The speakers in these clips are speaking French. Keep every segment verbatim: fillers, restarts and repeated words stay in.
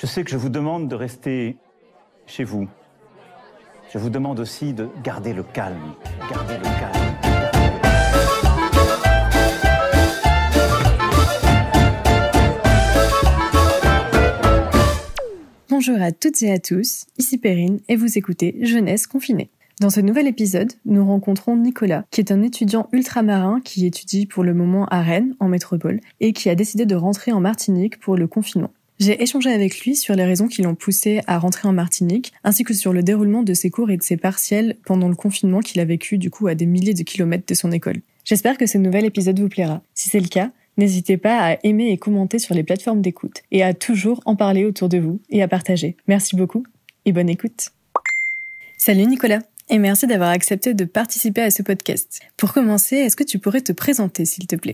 Je sais que je vous demande de rester chez vous. Je vous demande aussi de garder le calme. Garder le calme. Bonjour à toutes et à tous, ici Perrine et vous écoutez Jeunesse confinée. Dans ce nouvel épisode, nous rencontrons Nicolas, qui est un étudiant ultramarin qui étudie pour le moment à Rennes, en métropole, et qui a décidé de rentrer en Martinique pour le confinement. J'ai échangé avec lui sur les raisons qui l'ont poussé à rentrer en Martinique, ainsi que sur le déroulement de ses cours et de ses partiels pendant le confinement qu'il a vécu du coup à des milliers de kilomètres de son école. J'espère que ce nouvel épisode vous plaira. Si c'est le cas, n'hésitez pas à aimer et commenter sur les plateformes d'écoute, et à toujours en parler autour de vous et à partager. Merci beaucoup, et bonne écoute. Salut Nicolas, et merci d'avoir accepté de participer à ce podcast. Pour commencer, est-ce que tu pourrais te présenter s'il te plaît ?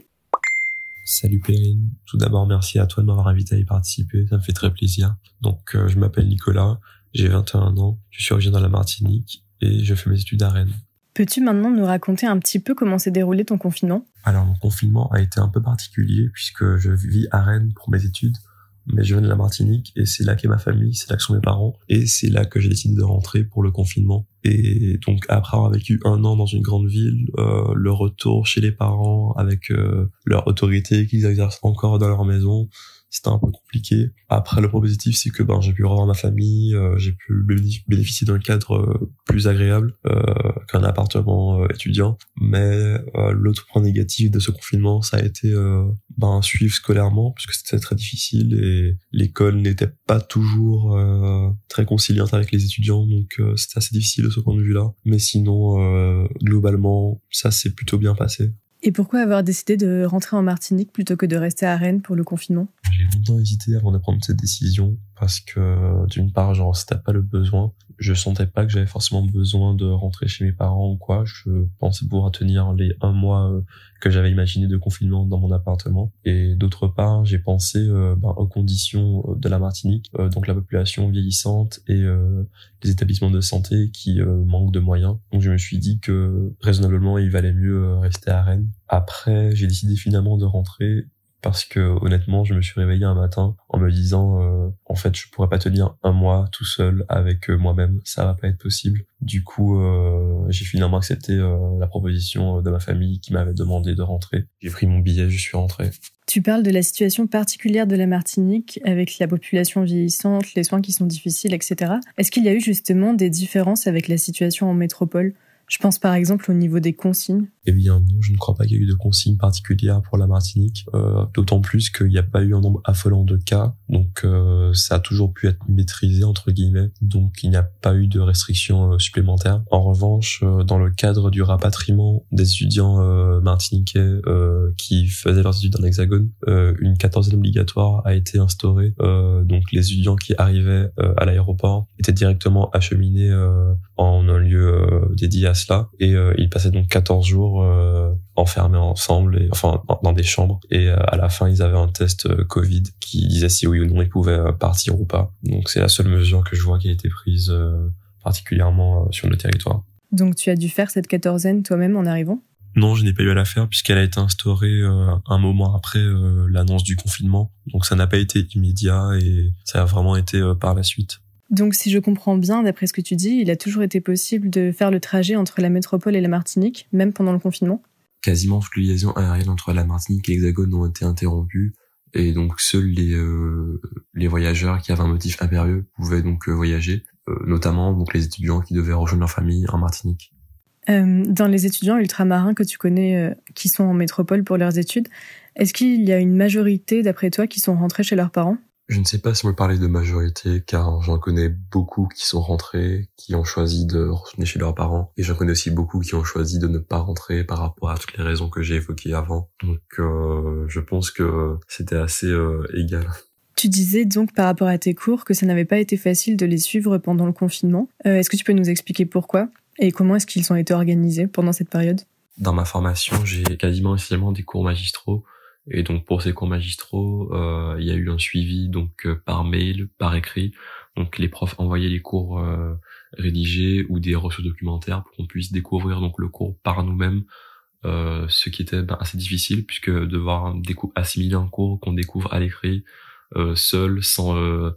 Salut Perrine, tout d'abord merci à toi de m'avoir invité à y participer, ça me fait très plaisir. Donc euh, je m'appelle Nicolas, j'ai vingt et un ans, je suis originaire de la Martinique et je fais mes études à Rennes. Peux-tu maintenant nous raconter un petit peu comment s'est déroulé ton confinement ? Alors mon confinement a été un peu particulier puisque je vis à Rennes pour mes études, mais je viens de la Martinique et c'est là qu'est ma famille, c'est là que sont mes parents et c'est là que j'ai décidé de rentrer pour le confinement. Et donc après avoir vécu un an dans une grande ville, euh, le retour chez les parents avec euh, leur autorité qu'ils exercent encore dans leur maison, c'était un peu compliqué. Après, le point positif, c'est que ben j'ai pu revoir ma famille, euh, j'ai pu bénéficier d'un cadre euh, plus agréable euh, qu'un appartement euh, étudiant. Mais euh, l'autre point négatif de ce confinement, ça a été euh, ben suivre scolairement, puisque c'était très difficile et l'école n'était pas toujours euh, très conciliante avec les étudiants, donc euh, c'était assez difficile de ce point de vue-là. Mais sinon, euh, globalement, ça s'est plutôt bien passé. Et pourquoi avoir décidé de rentrer en Martinique plutôt que de rester à Rennes pour le confinement ? J'ai longtemps hésité avant de prendre cette décision parce que d'une part, genre, c'était pas le besoin. Je sentais pas que j'avais forcément besoin de rentrer chez mes parents ou quoi. Je pensais pouvoir tenir les un mois que j'avais imaginé de confinement dans mon appartement. Et d'autre part, j'ai pensé euh, ben, aux conditions de la Martinique, euh, donc la population vieillissante et euh, les établissements de santé qui euh, manquent de moyens. Donc je me suis dit que raisonnablement, il valait mieux rester à Rennes. Après, j'ai décidé finalement de rentrer parce que honnêtement, je me suis réveillé un matin en me disant euh, en fait, je pourrais pas tenir un mois tout seul avec euh, moi-même, ça va pas être possible. Du coup, euh, j'ai finalement accepté euh, la proposition de ma famille qui m'avait demandé de rentrer. J'ai pris mon billet, je suis rentré. Tu parles de la situation particulière de la Martinique avec la population vieillissante, les soins qui sont difficiles, et cetera. Est-ce qu'il y a eu justement des différences avec la situation en métropole ? Je pense par exemple au niveau des consignes. Eh bien non, je ne crois pas qu'il y ait eu de consignes particulières pour la Martinique, euh, d'autant plus qu'il n'y a pas eu un nombre affolant de cas, donc euh, ça a toujours pu être maîtrisé entre guillemets, donc il n'y a pas eu de restrictions euh, supplémentaires. En revanche, euh, dans le cadre du rapatriement des étudiants euh, martiniquais euh, qui faisaient leurs études dans l'Hexagone, euh, une quatorzaine obligatoire a été instaurée, euh, donc les étudiants qui arrivaient euh, à l'aéroport étaient directement acheminés euh, en un lieu euh, dédié à cela et euh, ils passaient donc quatorze jours euh, enfermés ensemble et enfin dans, dans des chambres et euh, à la fin ils avaient un test euh, Covid qui disait si oui ou non ils pouvaient euh, partir ou pas. Donc c'est la seule mesure que je vois qui a été prise euh, particulièrement euh, sur le territoire. Donc tu as dû faire cette quatorzaine toi-même en arrivant ? Non, je n'ai pas eu à la faire puisqu'elle a été instaurée euh, un moment après euh, l'annonce du confinement. Donc ça n'a pas été immédiat et ça a vraiment été euh, par la suite. Donc si je comprends bien, d'après ce que tu dis, il a toujours été possible de faire le trajet entre la métropole et la Martinique, même pendant le confinement ? Quasiment toutes les liaisons aériennes entre la Martinique et l'Hexagone ont été interrompues, et donc seuls les euh, les voyageurs qui avaient un motif impérieux pouvaient donc euh, voyager, euh, notamment donc les étudiants qui devaient rejoindre leur famille en Martinique. Euh, dans les étudiants ultramarins que tu connais, euh, qui sont en métropole pour leurs études, est-ce qu'il y a une majorité, d'après toi, qui sont rentrés chez leurs parents ? Je ne sais pas si on peut parler de majorité, car j'en connais beaucoup qui sont rentrés, qui ont choisi de retourner chez leurs parents, et j'en connais aussi beaucoup qui ont choisi de ne pas rentrer par rapport à toutes les raisons que j'ai évoquées avant. Donc euh, je pense que c'était assez euh, égal. Tu disais donc par rapport à tes cours que ça n'avait pas été facile de les suivre pendant le confinement. Euh, est-ce que tu peux nous expliquer pourquoi et comment est-ce qu'ils ont été organisés pendant cette période ? Dans ma formation, j'ai quasiment essentiellement des cours magistraux. Et donc pour ces cours magistraux, euh, il y a eu un suivi donc euh, par mail, par écrit. Donc les profs envoyaient les cours euh, rédigés ou des ressources documentaires pour qu'on puisse découvrir donc le cours par nous-mêmes, euh, ce qui était ben, assez difficile puisque devoir décou- assimiler un cours qu'on découvre à l'écrit euh, seul, sans euh,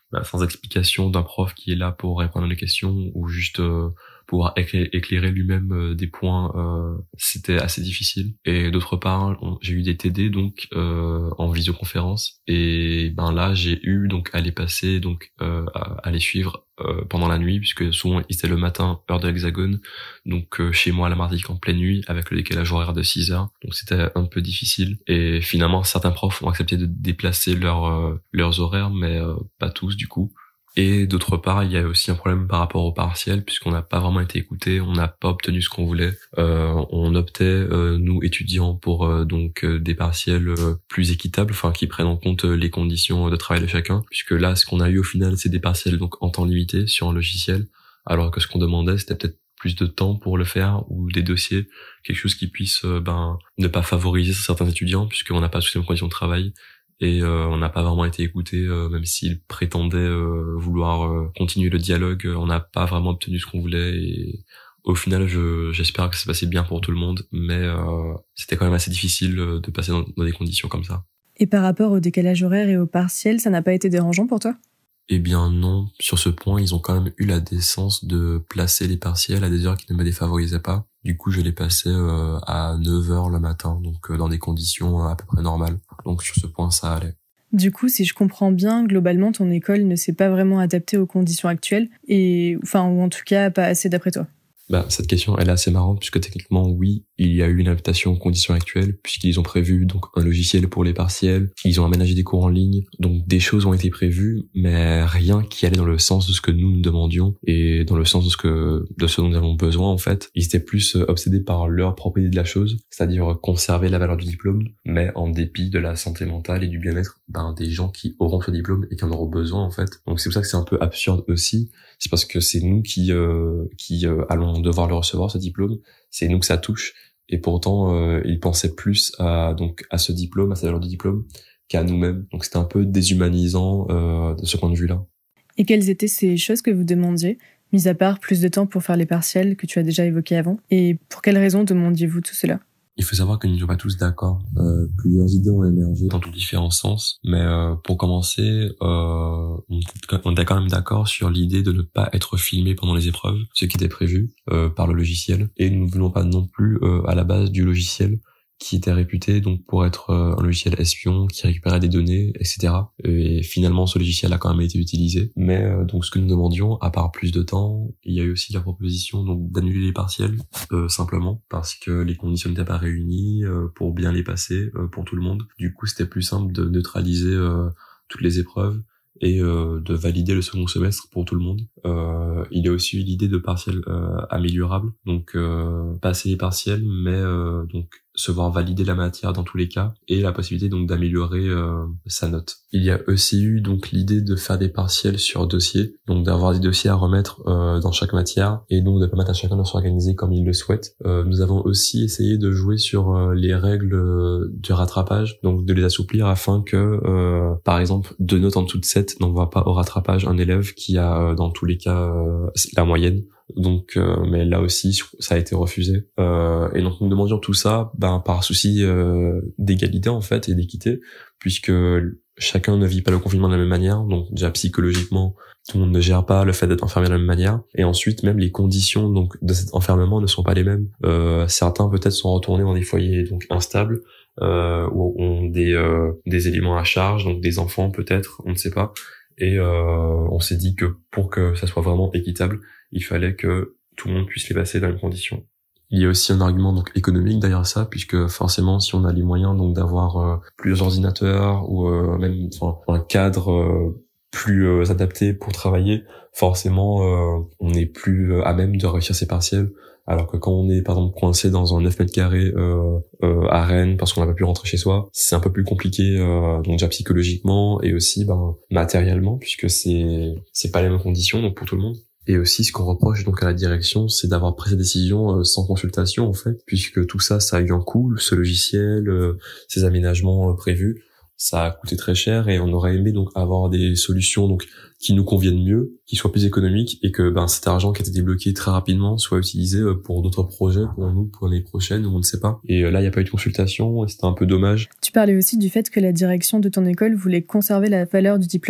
bah, sans explication d'un prof qui est là pour répondre à des questions ou juste euh, pouvoir éclairer lui-même euh, des points, euh, c'était assez difficile. Et d'autre part, on, j'ai eu des T D donc euh, en visioconférence et ben là j'ai eu donc à les passer donc euh, à, à les suivre euh, pendant la nuit puisque souvent c'était le matin heure de l'Hexagone, donc euh, chez moi à la Martinique en pleine nuit avec le décalage horaire de six heures, donc c'était un peu difficile. Et finalement certains profs ont accepté de déplacer leurs euh, leurs horaires mais euh, pas tous du coup. Et d'autre part, il y a aussi un problème par rapport au partiel, puisqu'on n'a pas vraiment été écouté, on n'a pas obtenu ce qu'on voulait. Euh, on optait, euh, nous étudiants, pour euh, donc euh, des partiels euh, plus équitables, enfin qui prennent en compte euh, les conditions de travail de chacun, puisque là, ce qu'on a eu au final, c'est des partiels donc en temps limité sur un logiciel, alors que ce qu'on demandait, c'était peut-être plus de temps pour le faire ou des dossiers, quelque chose qui puisse euh, ben ne pas favoriser certains étudiants, puisqu'on n'a pas toutes les mêmes conditions de travail. Et euh, on n'a pas vraiment été écouté, euh, même s'ils prétendaient euh, vouloir euh, continuer le dialogue, euh, on n'a pas vraiment obtenu ce qu'on voulait. Et au final, je, j'espère que ça s'est passé bien pour tout le monde, mais euh, c'était quand même assez difficile de passer dans, dans des conditions comme ça. Et par rapport au décalage horaire et au partiel, ça n'a pas été dérangeant pour toi ? Eh bien non, sur ce point, ils ont quand même eu la décence de placer les partiels à des heures qui ne me défavorisaient pas. Du coup, je les passais euh, à neuf heures le matin, donc euh, dans des conditions à peu près normales. Donc sur ce point, ça allait. Du coup, si je comprends bien, globalement, ton école ne s'est pas vraiment adaptée aux conditions actuelles, et enfin, ou en tout cas, pas assez d'après toi. Bah, cette question, elle est assez marrante puisque techniquement, oui, il y a eu une adaptation aux conditions actuelles puisqu'ils ont prévu donc un logiciel pour les partiels, ils ont aménagé des cours en ligne, donc des choses ont été prévues, mais rien qui allait dans le sens de ce que nous nous demandions et dans le sens de ce que de ce dont nous avons besoin en fait. Ils étaient plus obsédés par leur propre idée de la chose, c'est-à-dire conserver la valeur du diplôme, mais en dépit de la santé mentale et du bien-être ben, des gens qui auront ce diplôme et qui en auront besoin en fait. Donc c'est pour ça que c'est un peu absurde aussi. C'est parce que c'est nous qui euh, qui euh, allons devoir le recevoir ce diplôme, c'est nous que ça touche et pourtant euh, ils pensaient plus à donc à ce diplôme, à sa valeur du diplôme qu'à nous-mêmes. Donc c'était un peu déshumanisant euh, de ce point de vue-là. Et quelles étaient ces choses que vous demandiez, mis à part plus de temps pour faire les partiels que tu as déjà évoqués avant, et pour quelles raisons demandiez-vous tout cela ? Il faut savoir que nous ne sommes pas tous d'accord. Euh, plusieurs idées ont émergé dans tous différents sens. Mais euh, pour commencer, euh, on est quand même d'accord sur l'idée de ne pas être filmé pendant les épreuves, ce qui était prévu euh, par le logiciel. Et nous ne voulons pas non plus euh, à la base du logiciel qui était réputé donc pour être euh, un logiciel espion qui récupérait des données, et cetera. Et finalement, ce logiciel a quand même été utilisé. Mais euh, donc, ce que nous demandions, à part plus de temps, il y a eu aussi la proposition donc d'annuler les partiels euh, simplement parce que les conditions n'étaient pas réunies euh, pour bien les passer euh, pour tout le monde. Du coup, c'était plus simple de neutraliser euh, toutes les épreuves et euh, de valider le second semestre pour tout le monde. Euh, il y a aussi eu l'idée de partiels euh, améliorables, donc euh, passer les partiels, mais euh, donc se voir valider la matière dans tous les cas, et la possibilité donc d'améliorer euh, sa note. Il y a aussi eu donc l'idée de faire des partiels sur dossier, donc d'avoir des dossiers à remettre euh, dans chaque matière, et donc de permettre à chacun de s'organiser comme il le souhaite. Euh, nous avons aussi essayé de jouer sur euh, les règles euh, du rattrapage, donc de les assouplir afin que, euh, par exemple, deux notes en dessous de sept n'envoient pas au rattrapage un élève qui a euh, dans tous les cas euh, la moyenne. Donc euh, mais là aussi ça a été refusé euh, et donc nous demandions tout ça ben par souci euh, d'égalité en fait et d'équité, puisque chacun ne vit pas le confinement de la même manière, donc déjà psychologiquement tout le monde ne gère pas le fait d'être enfermé de la même manière, et ensuite même les conditions donc de cet enfermement ne sont pas les mêmes. Euh, certains peut-être sont retournés dans des foyers donc instables euh, où ont des euh, des éléments à charge, donc des enfants peut-être, on ne sait pas. Et euh, on s'est dit que pour que ça soit vraiment équitable, il fallait que tout le monde puisse les passer dans les mêmes conditions. Il y a aussi un argument donc économique derrière ça, puisque forcément, si on a les moyens donc d'avoir euh, plusieurs ordinateurs ou euh, même enfin, un cadre euh, plus euh, adapté pour travailler, forcément, euh, on est plus euh, à même de réussir ses partiels. Alors que quand on est par exemple coincé dans un neuf mètres carrés euh, euh, à Rennes parce qu'on n'a pas pu rentrer chez soi, c'est un peu plus compliqué euh, donc déjà psychologiquement et aussi ben matériellement, puisque c'est c'est pas les mêmes conditions donc pour tout le monde. Et aussi ce qu'on reproche donc à la direction, c'est d'avoir pris ces décisions euh, sans consultation en fait, puisque tout ça ça a eu un coût, ce logiciel, euh, ces aménagements euh, prévus, ça a coûté très cher, et on aurait aimé donc avoir des solutions donc qui nous conviennent mieux, qui soient plus économiques, et que ben cet argent qui a été débloqué très rapidement soit utilisé pour d'autres projets pour nous pour l'année prochaine, ou on ne sait pas. Et là il n'y a pas eu de consultation et c'était un peu dommage. Tu parlais aussi du fait que la direction de ton école voulait conserver la valeur du diplôme.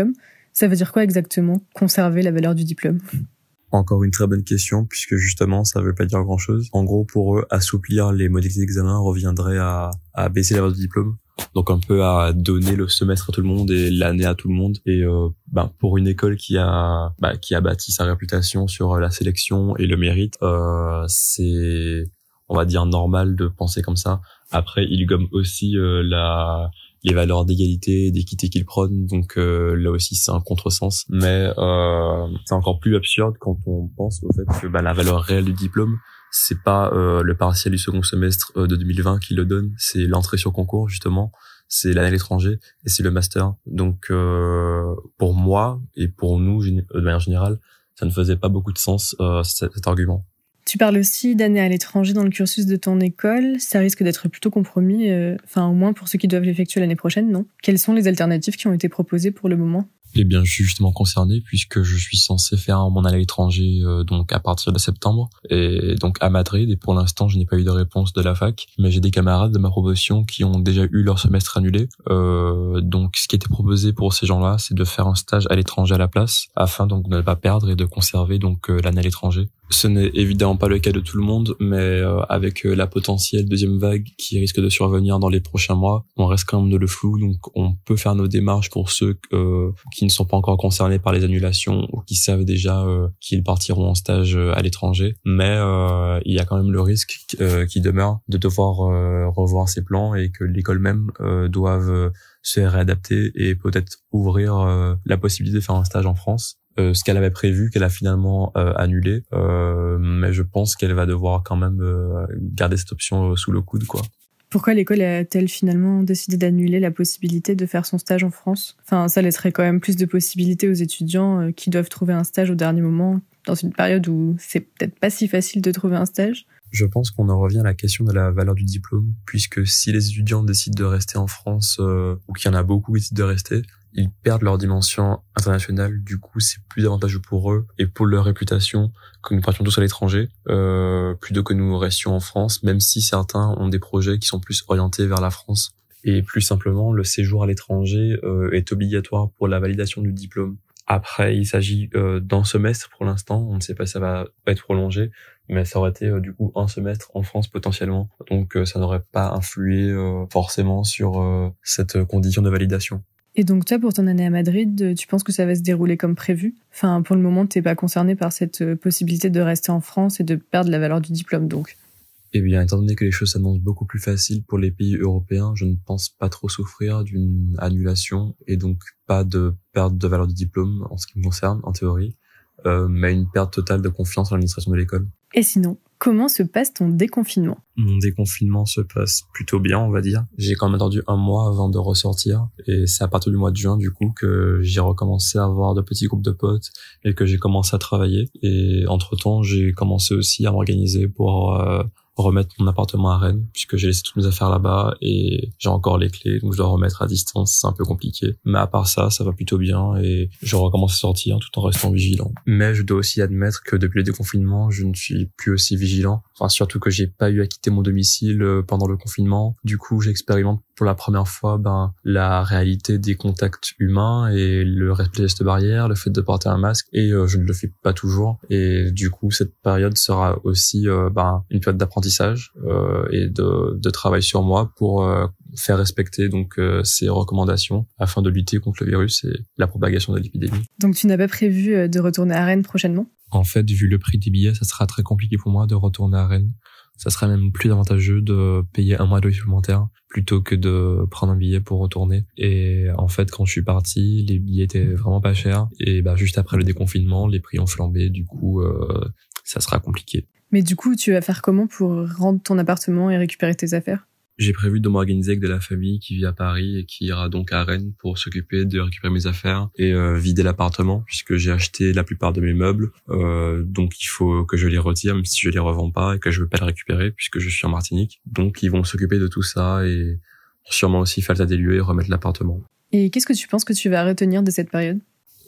Ça veut dire quoi exactement, conserver la valeur du diplôme ? Encore une très bonne question, puisque justement, ça veut pas dire grand-chose. En gros, pour eux, assouplir les modalités d'examen reviendrait à, à baisser la valeur du diplôme. Donc un peu à donner le semestre à tout le monde et l'année à tout le monde. Et euh, ben, pour une école qui a bah, qui a bâti sa réputation sur la sélection et le mérite, euh, c'est, on va dire, normal de penser comme ça. Après, ils gomment aussi euh, la... les valeurs d'égalité et d'équité qu'ils prônent, donc euh, là aussi c'est un contresens, mais euh, c'est encore plus absurde quand on pense au fait que bah, la valeur réelle du diplôme, c'est pas euh, le partiel du second semestre euh, de deux mille vingt qui le donne, c'est l'entrée sur concours justement, c'est l'année à l'étranger et c'est le master. Donc euh, pour moi et pour nous de manière générale, ça ne faisait pas beaucoup de sens euh, cet, cet argument. Tu parles aussi d'années à l'étranger dans le cursus de ton école. Ça risque d'être plutôt compromis, euh, enfin au moins pour ceux qui doivent l'effectuer l'année prochaine, non ? Quelles sont les alternatives qui ont été proposées pour le moment ? Eh bien, je suis justement concerné puisque je suis censé faire mon année à l'étranger euh, donc à partir de septembre et donc à Madrid, et pour l'instant je n'ai pas eu de réponse de la fac, mais j'ai des camarades de ma promotion qui ont déjà eu leur semestre annulé. Euh, donc ce qui était proposé pour ces gens-là, c'est de faire un stage à l'étranger à la place afin donc de ne pas perdre et de conserver donc euh, l'année à l'étranger. Ce n'est évidemment pas le cas de tout le monde, mais euh, avec euh, la potentielle deuxième vague qui risque de survenir dans les prochains mois, on reste quand même dans le flou, donc on peut faire nos démarches pour ceux euh, qui ne sont pas encore concernés par les annulations ou qui savent déjà euh, qu'ils partiront en stage euh, à l'étranger, mais euh, il y a quand même le risque euh, qui demeure de devoir euh, revoir ses plans et que l'école même euh, doive euh, se réadapter et peut-être ouvrir euh, la possibilité de faire un stage en France. Euh, ce qu'elle avait prévu, qu'elle a finalement euh, annulé, euh, mais je pense qu'elle va devoir quand même euh, garder cette option euh, sous le coude, quoi. Pourquoi l'école a-t-elle finalement décidé d'annuler la possibilité de faire son stage en France ? Enfin, ça laisserait quand même plus de possibilités aux étudiants euh, qui doivent trouver un stage au dernier moment, dans une période où c'est peut-être pas si facile de trouver un stage. Je pense qu'on en revient à la question de la valeur du diplôme, puisque si les étudiants décident de rester en France, euh, ou qu'il y en a beaucoup qui décident de rester, ils perdent leur dimension internationale. Du coup, c'est plus avantageux pour eux et pour leur réputation que nous partions tous à l'étranger, euh, plutôt que nous restions en France, même si certains ont des projets qui sont plus orientés vers la France. Et plus simplement, le séjour à l'étranger euh, est obligatoire pour la validation du diplôme. Après, il s'agit euh, d'un semestre pour l'instant. On ne sait pas si ça va être prolongé, mais ça aurait été euh, du coup un semestre en France potentiellement. Donc euh, ça n'aurait pas influé euh, forcément sur euh, cette condition de validation. Et donc toi, pour ton année à Madrid, tu penses que ça va se dérouler comme prévu ? Enfin, pour le moment, t'es pas concerné par cette possibilité de rester en France et de perdre la valeur du diplôme, donc ? Eh bien, étant donné que les choses s'annoncent beaucoup plus faciles pour les pays européens, je ne pense pas trop souffrir d'une annulation et donc pas de perte de valeur du diplôme en ce qui me concerne, en théorie, euh, mais une perte totale de confiance dans l'administration de l'école. Et sinon, comment se passe ton déconfinement ? Mon déconfinement se passe plutôt bien, on va dire. J'ai quand même attendu un mois avant de ressortir et c'est à partir du mois de juin, du coup, que j'ai recommencé à avoir de petits groupes de potes et que j'ai commencé à travailler. Et entre-temps, j'ai commencé aussi à m'organiser pour euh, remettre mon appartement à Rennes, puisque j'ai laissé toutes mes affaires là-bas et j'ai encore les clés, donc je dois remettre à distance, c'est un peu compliqué. Mais à part ça, ça va plutôt bien et je recommence à sortir tout en restant vigilant. Mais je dois aussi admettre que depuis le déconfinement, je ne suis plus aussi vigilant. Enfin, surtout que j'ai pas eu à quitter mon domicile pendant le confinement. Du coup, j'expérimente pour la première fois ben la réalité des contacts humains et le respect des gestes barrières, le fait de porter un masque, et euh, je ne le fais pas toujours. Et du coup, cette période sera aussi euh, ben une période d'apprentissage euh, et de, de travail sur moi pour euh, faire respecter donc euh, ces recommandations afin de lutter contre le virus et la propagation de l'épidémie. Donc tu n'as pas prévu de retourner à Rennes prochainement ? En fait, vu le prix des billets, ça sera très compliqué pour moi de retourner à Rennes. Ça serait même plus avantageux de payer un mois de loyer supplémentaire plutôt que de prendre un billet pour retourner. Et en fait, quand je suis parti, les billets étaient vraiment pas chers. Et bah, juste après le déconfinement, les prix ont flambé. Du coup, euh, ça sera compliqué. Mais du coup, tu vas faire comment pour rendre ton appartement et récupérer tes affaires ? J'ai prévu de m'organiser avec de la famille qui vit à Paris et qui ira donc à Rennes pour s'occuper de récupérer mes affaires et euh, vider l'appartement, puisque j'ai acheté la plupart de mes meubles. Euh, donc il faut que je les retire, même si je les revends pas et que je veux pas les récupérer puisque je suis en Martinique. Donc ils vont s'occuper de tout ça et sûrement aussi faire l'état des lieux et remettre l'appartement. Et qu'est-ce que tu penses que tu vas retenir de cette période ?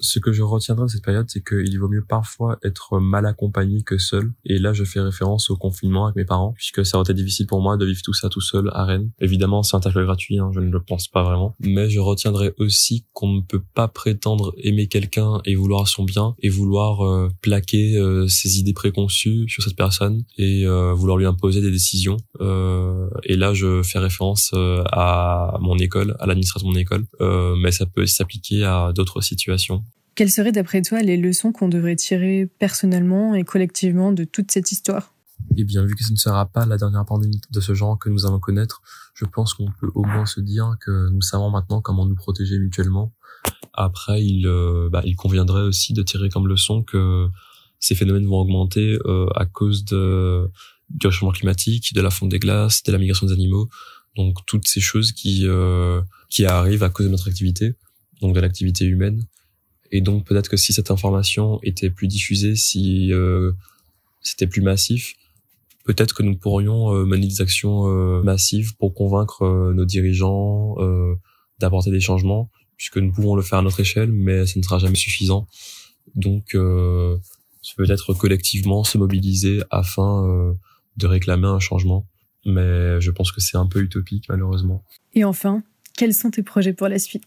Ce que je retiendrai de cette période, c'est qu'il vaut mieux parfois être mal accompagné que seul. Et là, je fais référence au confinement avec mes parents, puisque ça aurait été difficile pour moi de vivre tout ça tout seul à Rennes. Évidemment, c'est un tacle gratuit, hein, je ne le pense pas vraiment. Mais je retiendrai aussi qu'on ne peut pas prétendre aimer quelqu'un et vouloir son bien, et vouloir euh, plaquer euh, ses idées préconçues sur cette personne, et euh, vouloir lui imposer des décisions. Euh, et là, je fais référence euh, à mon école, à l'administration de mon école, euh, mais ça peut s'appliquer à d'autres situations. Quelles seraient d'après toi les leçons qu'on devrait tirer personnellement et collectivement de toute cette histoire ? Eh bien, vu que ce ne sera pas la dernière pandémie de ce genre que nous allons connaître, je pense qu'on peut au moins se dire que nous savons maintenant comment nous protéger mutuellement. Après, il, euh, bah, il conviendrait aussi de tirer comme leçon que ces phénomènes vont augmenter euh, à cause de, du réchauffement climatique, de la fonte des glaces, de la migration des animaux. Donc, toutes ces choses qui, euh, qui arrivent à cause de notre activité, donc de l'activité humaine. Et donc peut-être que si cette information était plus diffusée, si euh, c'était plus massif, peut-être que nous pourrions euh, mener des actions euh, massives pour convaincre euh, nos dirigeants euh, d'apporter des changements, puisque nous pouvons le faire à notre échelle, mais ce ne sera jamais suffisant. Donc euh, peut-être collectivement se mobiliser afin euh, de réclamer un changement. Mais je pense que c'est un peu utopique, malheureusement. Et enfin, quels sont tes projets pour la suite ?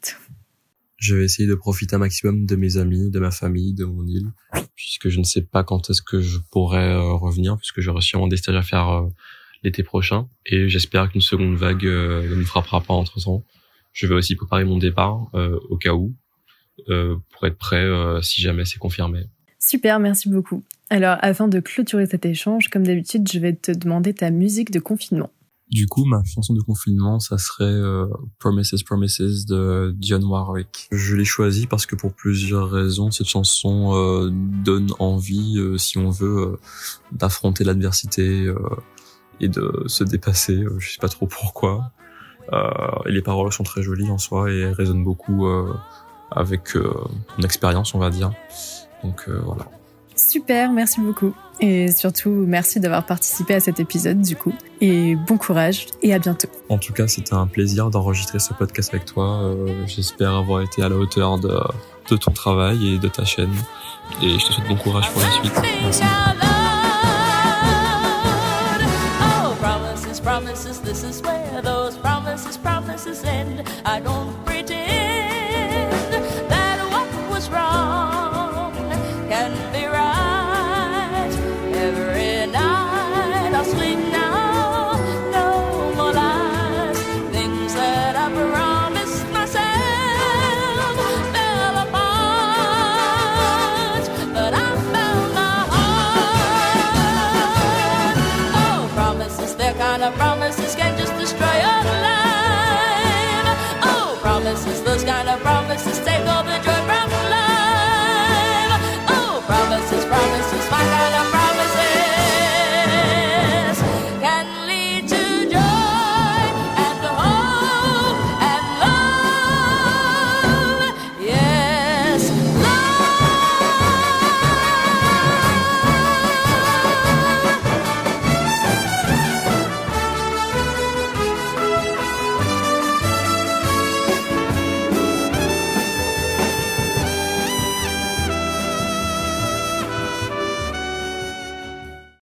Je vais essayer de profiter un maximum de mes amis, de ma famille, de mon île, puisque je ne sais pas quand est-ce que je pourrai euh, revenir, puisque j'aurai sûrement des stages à faire euh, l'été prochain, et j'espère qu'une seconde vague euh, ne me frappera pas entre-temps. Je vais aussi préparer mon départ euh, au cas où, euh, pour être prêt euh, si jamais c'est confirmé. Super, merci beaucoup. Alors, afin de clôturer cet échange, comme d'habitude, je vais te demander ta musique de confinement. Du coup, ma chanson de confinement, ça serait euh, Promises, Promises de Dionne Warwick. Je l'ai choisie parce que pour plusieurs raisons, cette chanson euh, donne envie, euh, si on veut, euh, d'affronter l'adversité euh, et de se dépasser. Euh, je sais pas trop pourquoi. Euh, et les paroles sont très jolies en soi et elles résonnent beaucoup euh, avec euh, mon expérience, on va dire. Donc euh, voilà. Super, merci beaucoup. Et surtout, merci d'avoir participé à cet épisode, du coup. Et bon courage, et à bientôt. En tout cas, c'était un plaisir d'enregistrer ce podcast avec toi. Euh, j'espère avoir été à la hauteur de, de ton travail et de ta chaîne. Et je te souhaite bon courage pour la suite. Merci. Oh, promises, promises, this is where those promises, promises